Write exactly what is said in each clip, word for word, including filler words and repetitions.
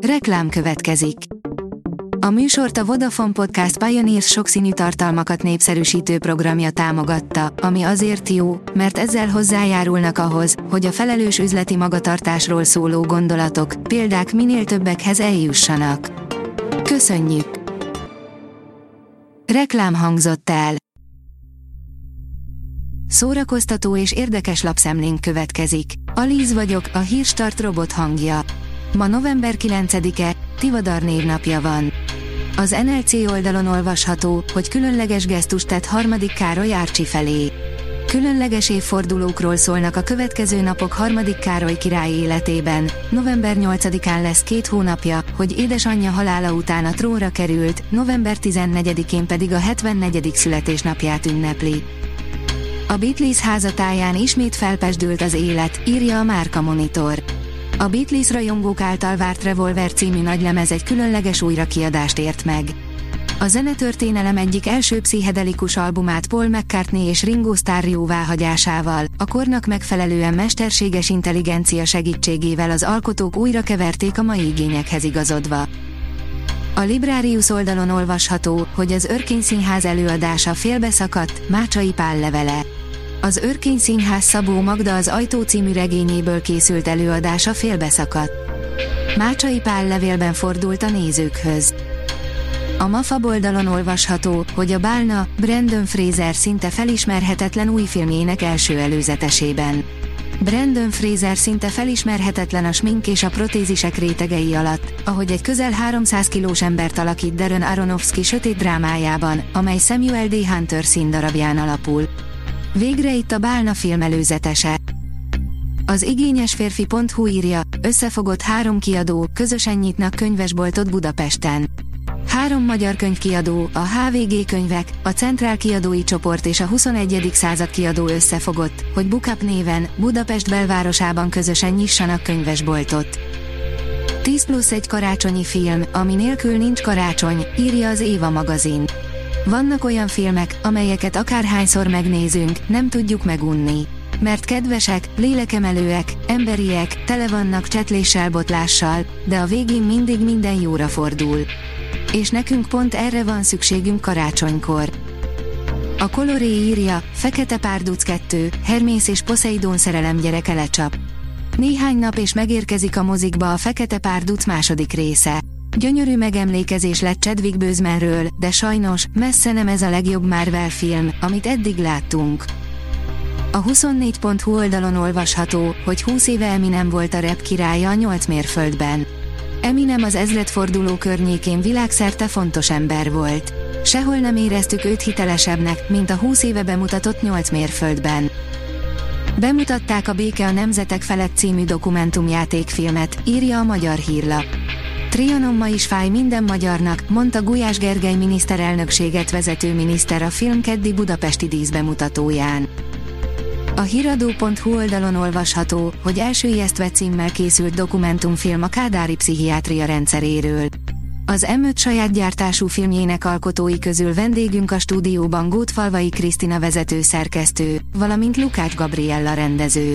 Reklám következik. A műsort a Vodafone Podcast Pioneers sokszínű tartalmakat népszerűsítő programja támogatta, ami azért jó, mert ezzel hozzájárulnak ahhoz, hogy a felelős üzleti magatartásról szóló gondolatok, példák minél többekhez eljussanak. Köszönjük! Reklám hangzott el. Szórakoztató és érdekes lapszemlénk következik. Alíz vagyok, a Hírstart robot hangja. Ma november kilencedike, Tivadar névnapja van. Az en el cé oldalon olvasható, hogy különleges gesztust tett harmadik Károly Árcsi felé. Különleges évfordulókról szólnak a következő napok harmadik Károly király életében. november nyolcadikán lesz két hónapja, hogy édesanyja halála után a trónra került, november tizennegyedikén pedig a hetvennegyedik születésnapját ünnepli. A Beatles házatáján ismét felpezsdült az élet, írja a Márka Monitor. A Beatles rajongók által várt Revolver című nagylemez egy különleges újrakiadást ért meg. A zenetörténelem egyik első pszichedelikus albumát Paul McCartney és Ringo Starr jóváhagyásával, a kornak megfelelően mesterséges intelligencia segítségével az alkotók újra keverték a mai igényekhez igazodva. A Librarius oldalon olvasható, hogy az Örkény Színház előadása félbeszakadt, Mácsai Pál levele. Az Örkény Színház Szabó Magda az Ajtó című regényéből készült előadása félbeszakadt. Mácsai Pál levélben fordult a nézőkhöz. A Mafab oldalon olvasható, hogy a Bálna, Brendan Fraser szinte felismerhetetlen új filmjének első előzetesében. Brandon Fraser szinte felismerhetetlen a smink és a protézisek rétegei alatt, ahogy egy közel háromszáz kilós embert alakít Darren Aronofsky sötét drámájában, amely Samuel D. Hunter színdarabján alapul. Végre itt a Bálna film előzetese. Az igényesférfi pont hu írja, összefogott három kiadó, közösen nyitnak könyvesboltot Budapesten. Három magyar könyvkiadó, a há vé gé Könyvek, a Centrál kiadói csoport és a huszonegyedik század kiadó összefogott, hogy Bookup néven Budapest belvárosában közösen nyissanak könyvesboltot. tíz plusz egy karácsonyi film, ami nélkül nincs karácsony, írja az Éva magazin. Vannak olyan filmek, amelyeket akárhányszor megnézünk, nem tudjuk megunni. Mert kedvesek, lélekemelőek, emberiek, tele vannak csetléssel, botlással, de a végén mindig minden jóra fordul. És nekünk pont erre van szükségünk karácsonykor. A Coloré írja, Fekete párduc kettő, Hermész és Poseidón szerelem gyereke lecsap. Néhány nap és megérkezik a mozikba a Fekete párduc második része. Gyönyörű megemlékezés lett Chadwick Bosemanről, de sajnos, messze nem ez a legjobb Marvel film, amit eddig láttunk. A huszonnégy pont hu oldalon olvasható, hogy húsz éve Eminem volt a rap királya a nyolc mérföldben. Eminem az ezredforduló környékén világszerte fontos ember volt. Sehol nem éreztük őt hitelesebbnek, mint a húsz éve bemutatott nyolc mérföldben. Bemutatták a Béke a nemzetek felett című dokumentumjátékfilmet, írja a Magyar Hírlap. Trianon ma is fáj minden magyarnak, mondta Gulyás Gergely miniszterelnökséget vezető miniszter a film keddi budapesti díszbemutatóján. A hiradó pont hu oldalon olvasható, hogy elsőjesztve címmel készült dokumentumfilm a kádári pszichiátria rendszeréről. Az em öt saját gyártású filmjének alkotói közül vendégünk a stúdióban Gótfalvai Krisztina vezető szerkesztő, valamint Lukács Gabriella rendező.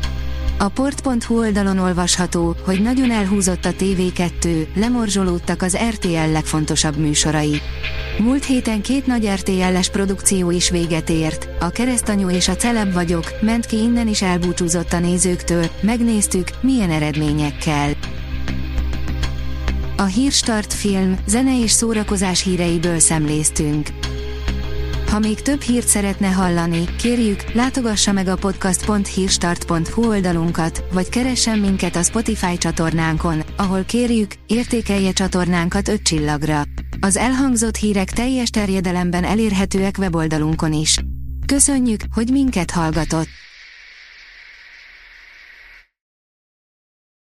A port pont hu oldalon olvasható, hogy nagyon elhúzott a té vé kettő, lemorzsolódtak az er té el legfontosabb műsorai. Múlt héten két nagy er té el-es produkció is véget ért, a Keresztanyú és a Celeb vagyok, ment ki innen is elbúcsúzott a nézőktől, megnéztük, milyen eredményekkel. A Hírstart film, zene és szórakozás híreiből szemléztünk. Ha még több hírt szeretne hallani, kérjük, látogassa meg a podcast pont hírstart pont hu oldalunkat, vagy keressen minket a Spotify csatornánkon, ahol kérjük, értékelje csatornánkat öt csillagra. Az elhangzott hírek teljes terjedelemben elérhetőek weboldalunkon is. Köszönjük, hogy minket hallgatott!